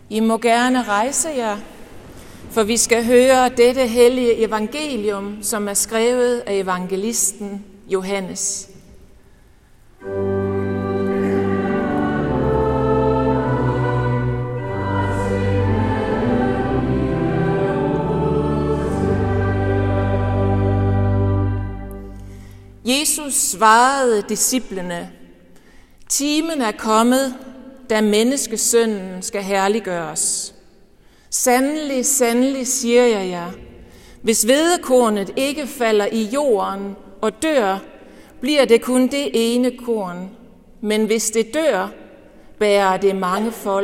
I må gerne rejse jer, for vi skal høre dette hellige evangelium, som er skrevet af evangelisten Johannes. Jesus svarede disciplene: Timen er kommet, da menneskesønnen skal herliggøres. Sandelig, sandelig, siger jeg jer, hvis hvedekornet ikke falder i jorden og dør, bliver det kun det ene korn. Men hvis det dør, bærer det mange fold.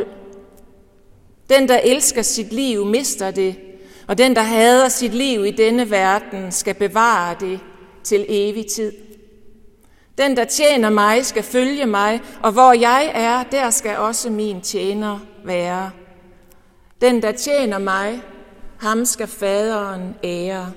Den, der elsker sit liv, mister det, og den, der hader sit liv i denne verden, skal bevare det til evig tid. Den, der tjener mig, skal følge mig, og hvor jeg er, der skal også min tjener være. Den, der tjener mig, ham skal faderen ære.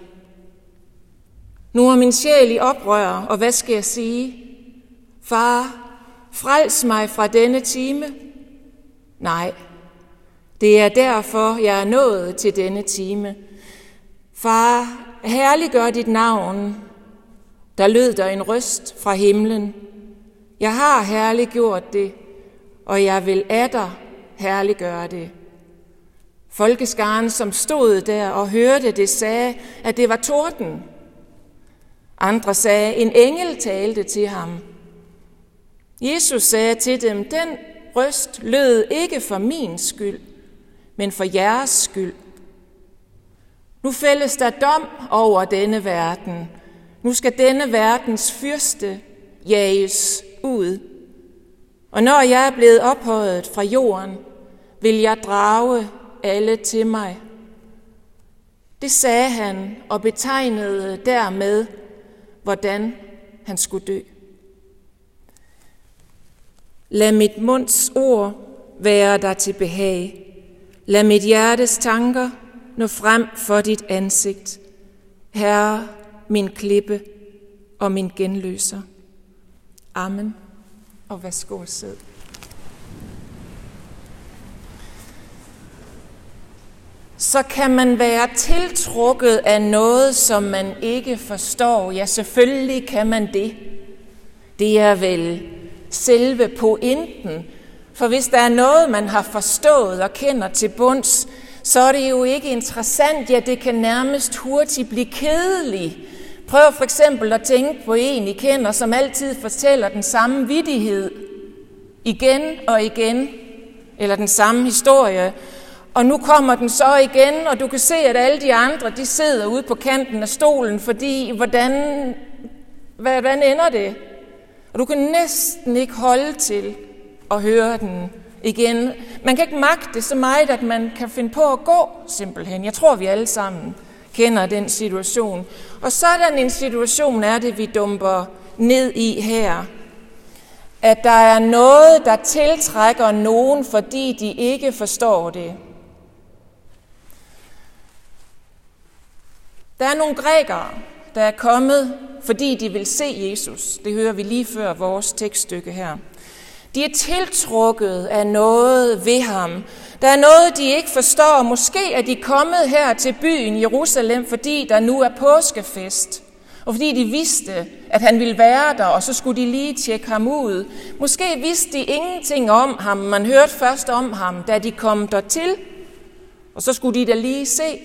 Nu er min sjæl i oprør, og hvad skal jeg sige? Far, frels mig fra denne time? Nej, det er derfor, jeg er nået til denne time. Far, herliggør dit navn. Der lød der en røst fra himlen. Jeg har herliggjort det, og jeg vil atter herliggøre det. Folkeskaren, som stod der og hørte det, sagde, at det var torden. Andre sagde, en engel talte til ham. Jesus sagde til dem, den røst lød ikke for min skyld, men for jeres skyld. Nu fældes der dom over denne verden. Nu skal denne verdens fyrste jages ud. Og når jeg er blevet ophøjet fra jorden, vil jeg drage alle til mig. Det sagde han og betegnede dermed, hvordan han skulle dø. Lad mit munds ord være dig til behag. Lad mit hjertes tanker nå frem for dit ansigt. Herre, min klippe og min genløser. Amen. Og værsgo og sid. Så kan man være tiltrukket af noget, som man ikke forstår. Ja, selvfølgelig kan man det. Det er vel selve pointen. For hvis der er noget, man har forstået og kender til bunds, så er det jo ikke interessant. Ja, det kan nærmest hurtigt blive kedeligt. Prøv for eksempel at tænke på en, I kender, som altid fortæller den samme vittighed igen og igen, eller den samme historie. Og nu kommer den så igen, og du kan se, at alle de andre, de sidder ude på kanten af stolen, fordi hvordan ender det? Og du kan næsten ikke holde til at høre den igen. Man kan ikke magte det så meget, at man kan finde på at gå simpelthen. Jeg tror, vi alle sammen kender den situation. Og sådan en situation er det, vi dumper ned i her. At der er noget, der tiltrækker nogen, fordi de ikke forstår det. Der er nogle grækere, der er kommet, fordi de vil se Jesus. Det hører vi lige før vores tekststykke her. De er tiltrukket af noget ved ham. Der er noget, de ikke forstår. Måske er de kommet her til byen Jerusalem, fordi der nu er påskefest. Og fordi de vidste, at han ville være der, og så skulle de lige tjekke ham ud. Måske vidste de ingenting om ham. Man hørte først om ham, da de kom dertil. Og så skulle de da lige se.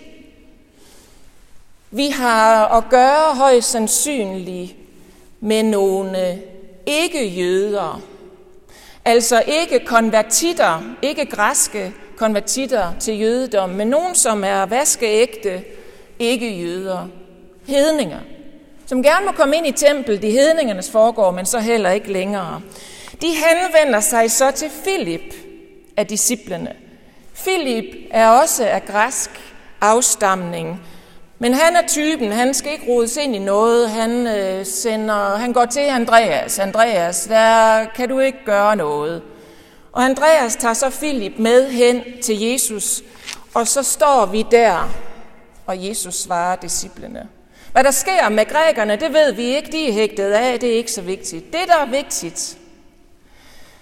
Vi har at gøre højst sandsynligt med nogle ikke-jøder. Altså ikke konvertitter, ikke græske konvertitter til jødedom, men nogen, som er vaskeægte ikke-jøder, hedninger, som gerne må komme ind i templet i hedningernes forgård, men så heller ikke længere. De henvender sig så til Filip af disciplene. Filip er også af græsk afstamning, men han er typen, han skal ikke rodes ind i noget. Han går til Andreas. Andreas, der kan du ikke gøre noget. Og Andreas tager så Filip med hen til Jesus, og så står vi der, og Jesus svarer disciplene. Hvad der sker med grækerne, det ved vi ikke. De er hægtet af, det er ikke så vigtigt. Det, der er vigtigt,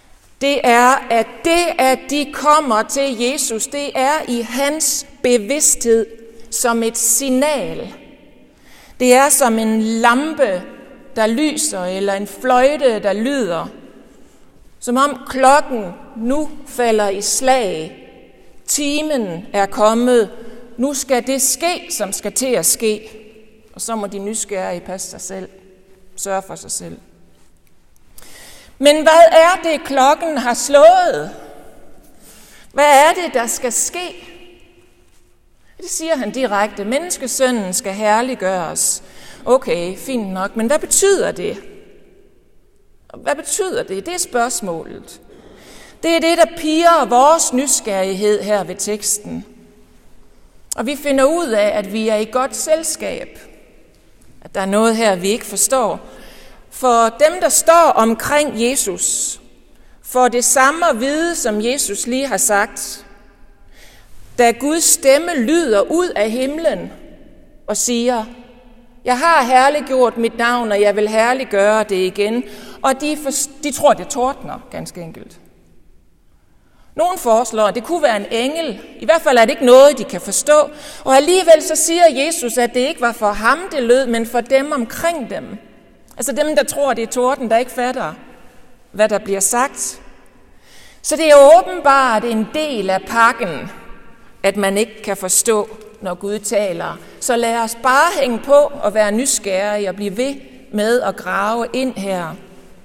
det er, at de kommer til Jesus, det er i hans bevidsthed som et signal. Det er som en lampe, der lyser, eller en fløjte, der lyder. Som om klokken nu falder i slag. Timen er kommet. Nu skal det ske, som skal til at ske. Og så må de nysgerrige passe sig selv. Sørge for sig selv. Men hvad er det, klokken har slået? Hvad er det, der skal ske? Det siger han direkte. Menneskesønnen skal herliggøres. Okay, fint nok, men hvad betyder det? Hvad betyder det? Det er spørgsmålet. Det er det, der pirrer vores nysgerrighed her ved teksten. Og vi finder ud af, at vi er i godt selskab. At der er noget her, vi ikke forstår. For dem, der står omkring Jesus, får det samme at vide, som Jesus lige har sagt. Da Guds stemme lyder ud af himlen og siger, jeg har herliggjort mit navn, og jeg vil herliggøre det igen. Og de tror, det tordner, ganske enkelt. Nogen foreslår, at det kunne være en engel. I hvert fald er det ikke noget, de kan forstå. Og alligevel så siger Jesus, at det ikke var for ham, det lød, men for dem omkring dem. Altså dem, der tror, det er torden, der ikke fatter, hvad der bliver sagt. Så det er åbenbart en del af pakken, at man ikke kan forstå, når Gud taler. Så lad os bare hænge på og være nysgerrige og blive ved med at grave ind her.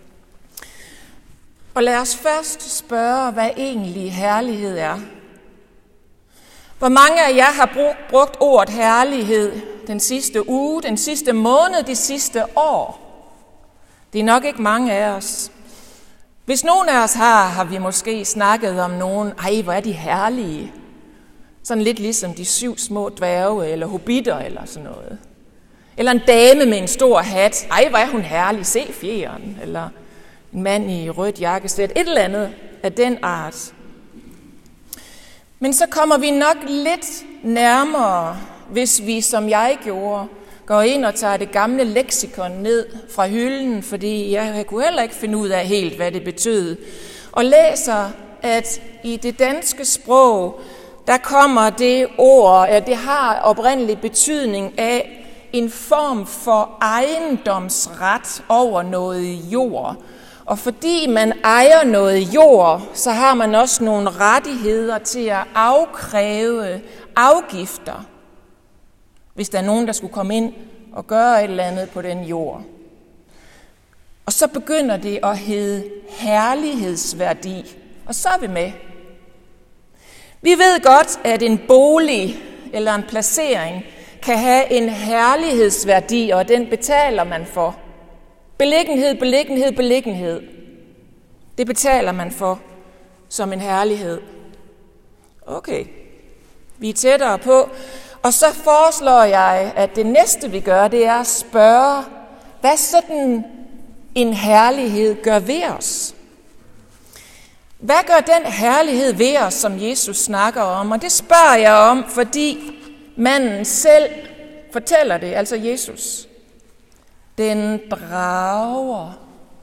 Og lad os først spørge, hvad egentlig herlighed er. Hvor mange af jer har brugt ordet herlighed den sidste uge, den sidste måned, det sidste år? Det er nok ikke mange af os. Hvis nogen af os har vi måske snakket om nogen, hvor er de herlige. Sådan lidt ligesom de 7 små dværge, eller hobitter, eller sådan noget. Eller en dame med en stor hat. Hvor er hun herlig, se fjeren. Eller en mand i rødt jakkesæt. Et eller andet af den art. Men så kommer vi nok lidt nærmere, hvis vi, som jeg gjorde, går ind og tager det gamle leksikon ned fra hylden, fordi jeg kunne heller ikke finde ud af helt, hvad det betød. Og læser, at i det danske sprog, der kommer det ord, at det har oprindelig betydning af en form for ejendomsret over noget jord. Og fordi man ejer noget jord, så har man også nogle rettigheder til at afkræve afgifter, hvis der er nogen, der skulle komme ind og gøre et eller andet på den jord. Og så begynder det at hedde herlighedsværdi, og så er vi med. Vi ved godt, at en bolig eller en placering kan have en herlighedsværdi, og den betaler man for. Beliggenhed. Det betaler man for som en herlighed. Okay, vi er tættere på. Og så foreslår jeg, at det næste vi gør, det er at spørge, hvad sådan en herlighed gør ved os? Hvad gør den herlighed ved os, som Jesus snakker om? Og det spørger jeg om, fordi manden selv fortæller det, altså Jesus. Den drager.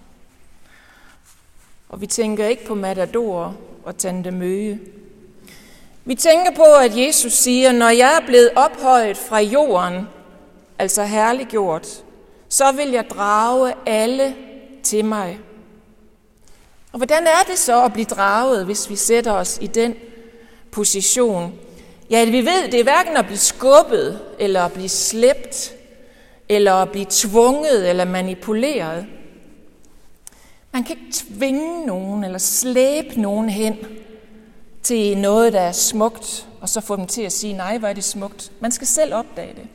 Og vi tænker ikke på Matador og Tante Møge. Vi tænker på, at Jesus siger, når jeg er blevet ophøjet fra jorden, altså herliggjort, så vil jeg drage alle til mig. Og hvordan er det så at blive draget, hvis vi sætter os i den position? Ja, vi ved, det er hverken at blive skubbet, eller at blive slæbt, eller at blive tvunget, eller manipuleret. Man kan ikke tvinge nogen, eller slæbe nogen hen til noget, der er smukt, og så få dem til at sige, nej, hvor er det smukt. Man skal selv opdage det.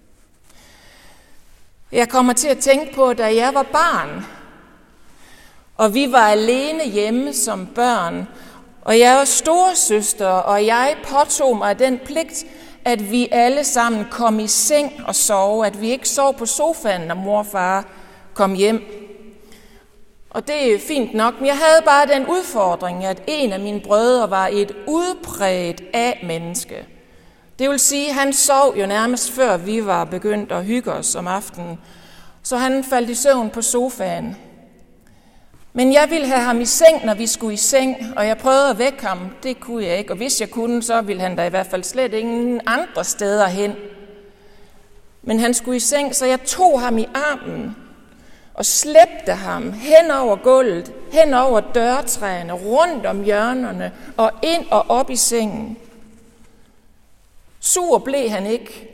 Jeg kommer til at tænke på, da jeg var barn, og vi var alene hjemme som børn, og jeg var storesøster, og jeg påtog mig den pligt, at vi alle sammen kom i seng og sov, at vi ikke sov på sofaen, når mor og far kom hjem. Og det er fint nok, men jeg havde bare den udfordring, at en af mine brødre var et udpræget A-menneske. Det vil sige, at han sov jo nærmest før vi var begyndt at hygge os om aftenen, så han faldt i søvn på sofaen. Men jeg ville have ham i seng, når vi skulle i seng, og jeg prøvede at vække ham. Det kunne jeg ikke, og hvis jeg kunne, så ville han da i hvert fald slet ingen andre steder hen. Men han skulle i seng, så jeg tog ham i armen og slæbte ham hen over gulvet, hen over dørtræerne, rundt om hjørnerne og ind og op i sengen. Sur blev han ikke.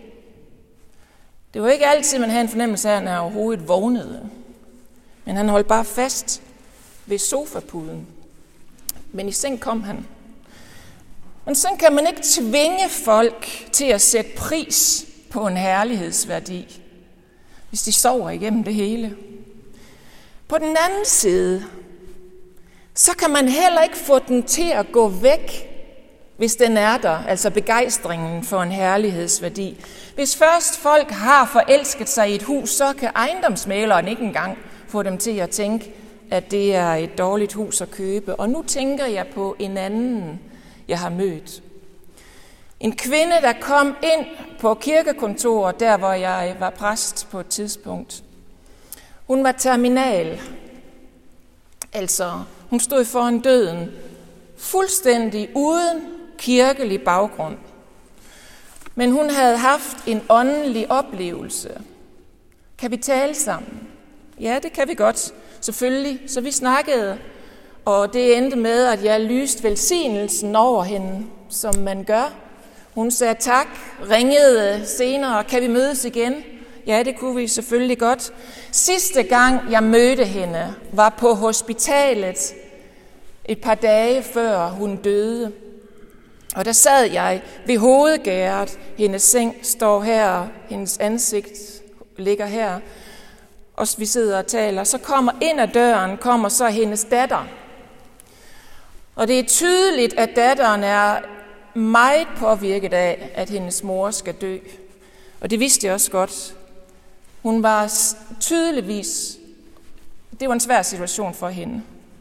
Det var ikke altid, man havde en fornemmelse af, at han overhovedet vågnede. Men han holdt bare fast ved sofapuden. Men i seng kom han. Men sådan kan man ikke tvinge folk til at sætte pris på en herlighedsværdi, hvis de sover igennem det hele. På den anden side, så kan man heller ikke få den til at gå væk, hvis den er der, altså begejstringen for en herlighedsværdi. Hvis først folk har forelsket sig i et hus, så kan ejendomsmæleren ikke engang få dem til at tænke, at det er et dårligt hus at købe. Og nu tænker jeg på en anden, jeg har mødt. En kvinde, der kom ind på kirkekontoret, der hvor jeg var præst på et tidspunkt. Hun var terminal. Altså, hun stod foran døden, fuldstændig uden kirkelig baggrund. Men hun havde haft en åndelig oplevelse. Kan vi tale sammen? Ja, det kan vi godt, selvfølgelig. Så vi snakkede, og det endte med, at jeg lyste velsignelsen over hende, som man gør. Hun sagde tak, ringede senere, kan vi mødes igen? Ja, det kunne vi selvfølgelig godt. Sidste gang jeg mødte hende, var på hospitalet et par dage før hun døde. Og der sad jeg ved hovedgærdet. Hendes seng står her, hendes ansigt ligger her. Og vi sidder og taler. Så kommer ind ad døren, kommer så hendes datter. Og det er tydeligt, at datteren er meget påvirket af, at hendes mor skal dø. Og det vidste jeg også godt. Hun var tydeligvis, det var en svær situation for hende.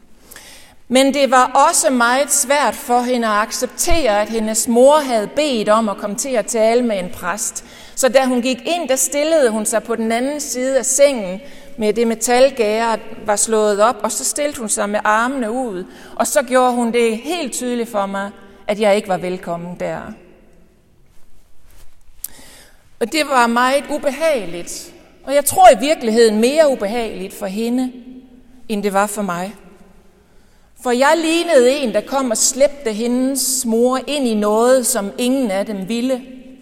Men det var også meget svært for hende at acceptere, at hendes mor havde bedt om at komme til at tale med en præst. Så da hun gik ind, der stillede hun sig på den anden side af sengen med det metalgærde, var slået op, og så stillede hun sig med armene ud. Og så gjorde hun det helt tydeligt for mig, at jeg ikke var velkommen der. Og det var meget ubehageligt. Og jeg tror i virkeligheden mere ubehageligt for hende, end det var for mig. For jeg lignede en, der kom og slæbte hendes mor ind i noget, som ingen af dem ville.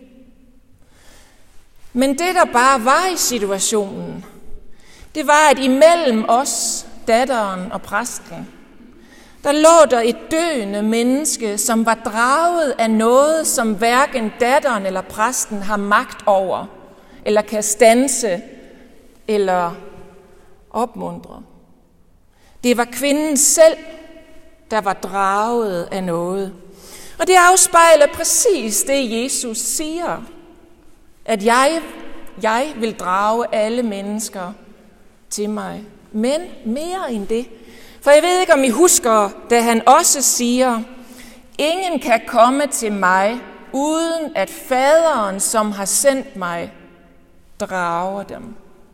Men det, der bare var i situationen, det var, at imellem os, datteren og præsten, der lå der et døende menneske, som var draget af noget, som hverken datteren eller præsten har magt over, eller kan standse, eller opmuntre. Det var kvinden selv, der var draget af noget. Og det afspejler præcis det, Jesus siger, at jeg vil drage alle mennesker til mig. Men mere end det. For jeg ved ikke, om I husker, da han også siger, ingen kan komme til mig, uden at faderen, som har sendt mig, drager dem.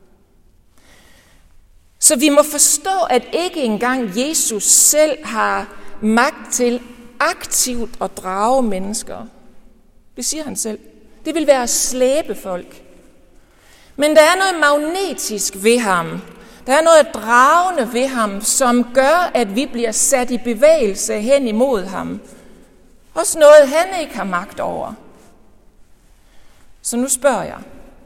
Så vi må forstå, at ikke engang Jesus selv har magt til aktivt at drage mennesker. Det siger han selv. Det vil være at slæbe folk. Men der er noget magnetisk ved ham. Der er noget dragende ved ham, som gør, at vi bliver sat i bevægelse hen imod ham. Også noget, han ikke har magt over. Så nu spørger jeg.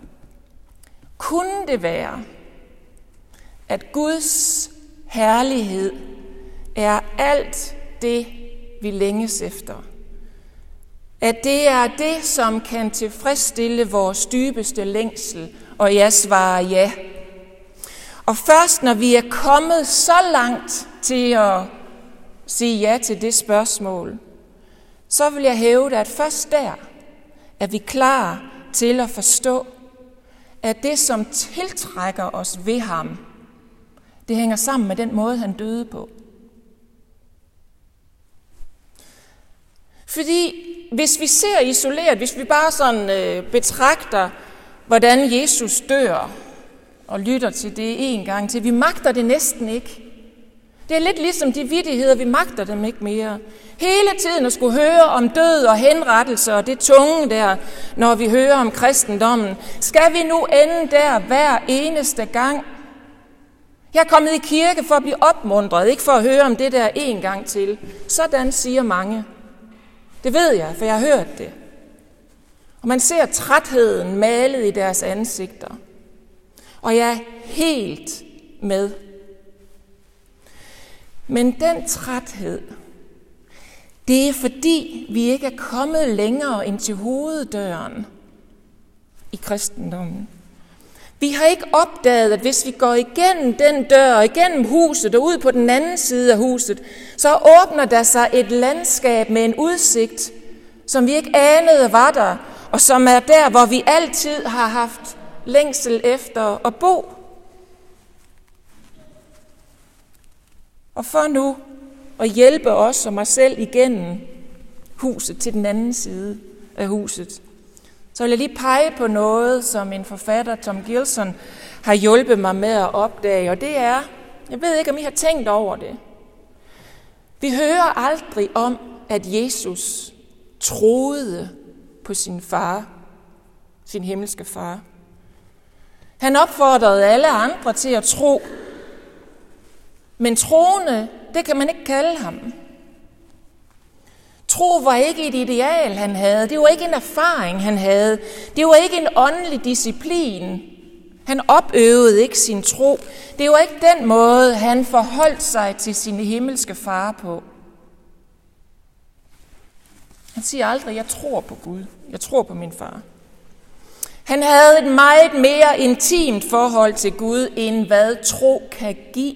Kunne det være, at Guds herlighed er alt det, vi længes efter? At det er det, som kan tilfredsstille vores dybeste længsel, og jeg svarer ja. Og først når vi er kommet så langt til at sige ja til det spørgsmål, så vil jeg hævde, at først der er vi klar til at forstå, at det, som tiltrækker os ved ham, det hænger sammen med den måde, han døde på. Fordi hvis vi ser isoleret, hvis vi bare sådan betragter, hvordan Jesus dør, og lytter til det en gang til, vi magter det næsten ikke. Det er lidt ligesom de vittigheder, vi magter dem ikke mere. Hele tiden at skulle høre om død og henrettelse og det tunge der, når vi hører om kristendommen. Skal vi nu ende der hver eneste gang? Jeg er kommet i kirke for at blive opmuntret, ikke for at høre om det der en gang til. Sådan siger mange. Det ved jeg, for jeg har hørt det. Og man ser trætheden malet i deres ansigter. Og jeg er helt med. Men den træthed, det er fordi, vi ikke er kommet længere ind til hoveddøren i kristendommen. Vi har ikke opdaget, at hvis vi går igennem den dør og igennem huset og ud på den anden side af huset, så åbner der sig et landskab med en udsigt, som vi ikke anede var der, og som er der, hvor vi altid har haft længsel efter at bo. Og for nu at hjælpe os og mig selv igennem huset til den anden side af huset, så vil jeg lige pege på noget, som en forfatter, Tom Gilson, har hjulpet mig med at opdage. Og det er, jeg ved ikke, om I har tænkt over det. Vi hører aldrig om, at Jesus troede på sin far, sin himmelske far. Han opfordrede alle andre til at tro. Men troende, det kan man ikke kalde ham. Tro var ikke et ideal, han havde. Det var ikke en erfaring, han havde. Det var ikke en åndelig disciplin. Han opøvede ikke sin tro. Det var ikke den måde, han forholdt sig til sin himmelske far på. Han siger aldrig, jeg tror på Gud. Jeg tror på min far. Han havde et meget mere intimt forhold til Gud, end hvad tro kan give.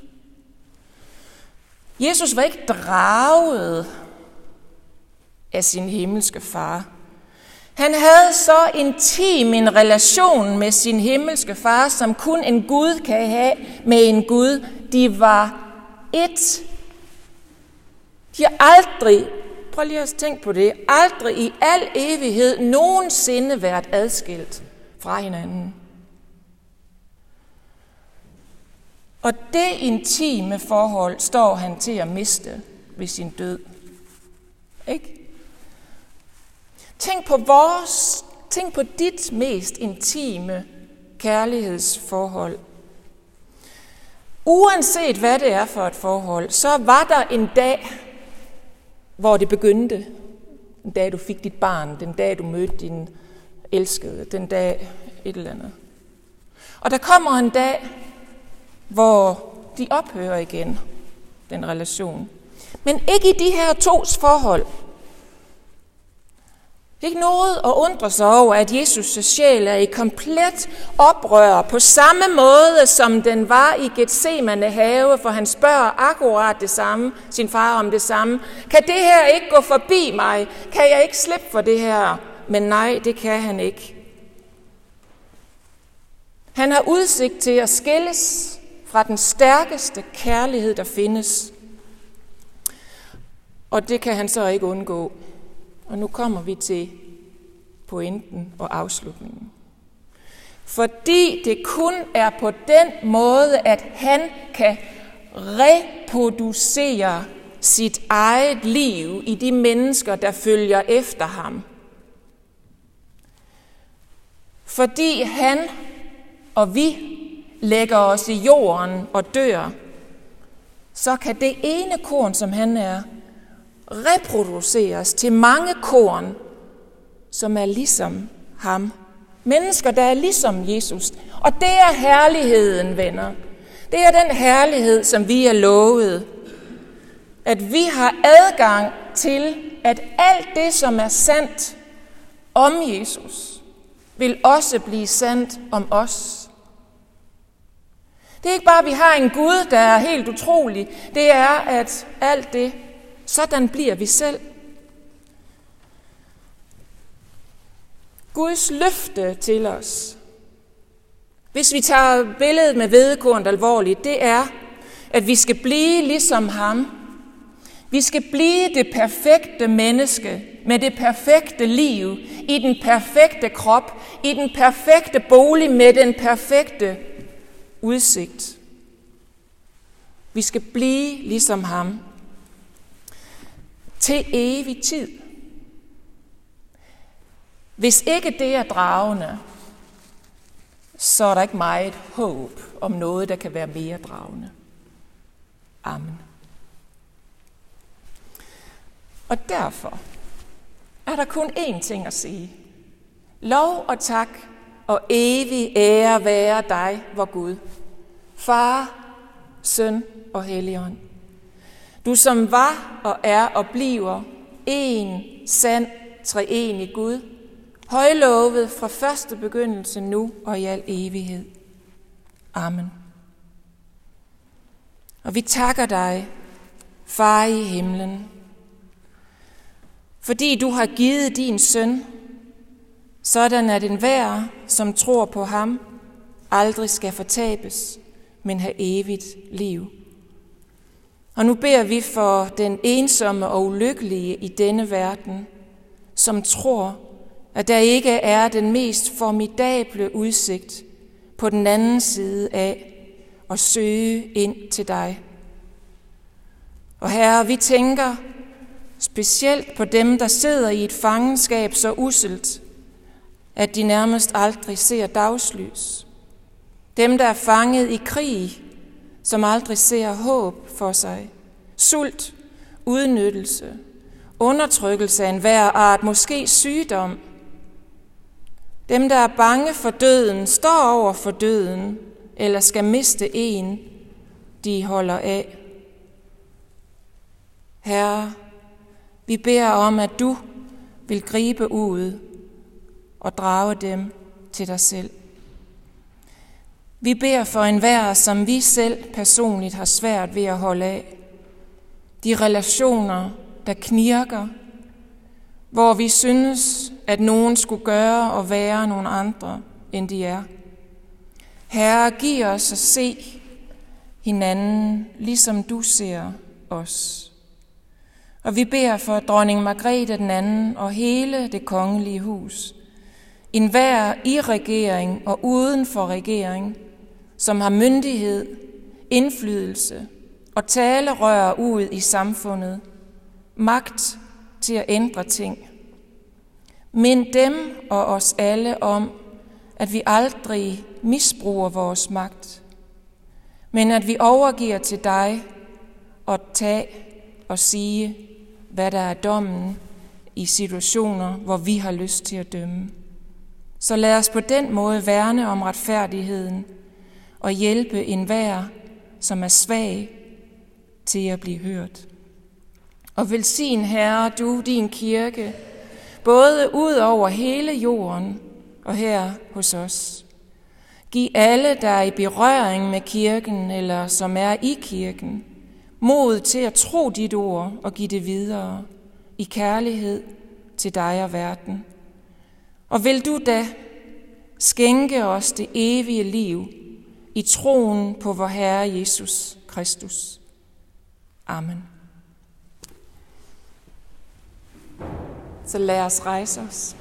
Jesus var ikke draget af sin himmelske far. Han havde så intim en relation med sin himmelske far, som kun en Gud kan have med en Gud. De var ét. De har aldrig, prøv lige at tænke på det, aldrig i al evighed nogensinde været adskilt fra hinanden. Og det intime forhold står han til at miste ved sin død. Ikke? Tænk på dit mest intime kærlighedsforhold. Uanset hvad det er for et forhold, så var der en dag, hvor det begyndte. Den dag, du fik dit barn, den dag, du mødte din elskede, den dag et eller andet. Og der kommer en dag, hvor de ophører igen, den relation. Men ikke i de her tos forhold. Ikke noget at undre sig over, at Jesus' sjæl er i komplet oprør på samme måde, som den var i Getsemane have, for han spørger akkurat det samme, sin far om det samme. Kan det her ikke gå forbi mig? Kan jeg ikke slippe for det her? Men nej, det kan han ikke. Han har udsigt til at skilles fra den stærkeste kærlighed, der findes. Og det kan han så ikke undgå. Og nu kommer vi til pointen og afslutningen. Fordi det kun er på den måde, at han kan reproducere sit eget liv i de mennesker, der følger efter ham. Fordi han og vi lægger os i jorden og dør, så kan det ene korn, som han er, reproduceres til mange korn, som er ligesom ham. Mennesker, der er ligesom Jesus. Og det er herligheden, venner. Det er den herlighed, som vi er lovet. At vi har adgang til, at alt det, som er sandt om Jesus, vil også blive sandt om os. Det er ikke bare, at vi har en Gud, der er helt utrolig. Det er, at alt det, sådan bliver vi selv. Guds løfte til os, hvis vi tager billedet med hvedekornet alvorligt, det er, at vi skal blive ligesom ham. Vi skal blive det perfekte menneske med det perfekte liv, i den perfekte krop, i den perfekte bolig med den perfekte udsigt. Vi skal blive ligesom ham. Til evig tid. Hvis ikke det er dragende, så er der ikke meget håb om noget, der kan være mere dragende. Amen. Og derfor er der kun én ting at sige. Lov og tak og evig ære være dig, vor Gud, Far, Søn og Helligånd. Du som var og er og bliver en sand treenig Gud, højlovet fra første begyndelse nu og i al evighed. Amen. Og vi takker dig, Far i himlen, fordi du har givet din søn, sådan at enhver, som tror på ham, aldrig skal fortabes, men have evigt liv. Og nu beder vi for den ensomme og ulykkelige i denne verden, som tror, at der ikke er den mest formidable udsigt på den anden side af at søge ind til dig. Og Herre, vi tænker specielt på dem, der sidder i et fangenskab så usselt, at de nærmest aldrig ser dagslys. Dem, der er fanget i krig, som aldrig ser håb for sig. Sult, udnyttelse, undertrykkelse af enhver art, måske sygdom. Dem, der er bange for døden, står over for døden, eller skal miste en, de holder af. Herre, vi beder om, at du vil gribe ud og drage dem til dig selv. Vi beder for enhver, som vi selv personligt har svært ved at holde af. De relationer, der knirker, hvor vi synes, at nogen skulle gøre og være nogle andre, end de er. Herre, giv os at se hinanden, ligesom du ser os. Og vi beder for dronning Margrethe den anden og hele det kongelige hus. Enhver i regering og uden for regering, som har myndighed, indflydelse og talerør ud i samfundet, magt til at ændre ting. Mind dem og os alle om, at vi aldrig misbruger vores magt, men at vi overgiver til dig og tage og sige, hvad der er dommen i situationer, hvor vi har lyst til at dømme. Så lad os på den måde værne om retfærdigheden og hjælpe enhver, som er svag, til at blive hørt. Og velsign, Herre, du din kirke, både ud over hele jorden og her hos os. Giv alle, der er i berøring med kirken eller som er i kirken, mod til at tro dit ord og give det videre i kærlighed til dig og verden. Og vil du da skænke os det evige liv i troen på vor Herre Jesus Kristus. Amen. Så lad os rejse os.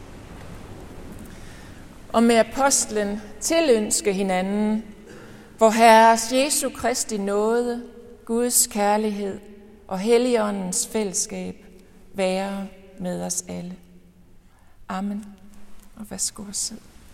Og med apostlen tilønske hinanden, vor Herres Jesu Kristi nåde, Guds kærlighed og Helligåndens fællesskab være med os alle. Amen. Og værsgo og sid.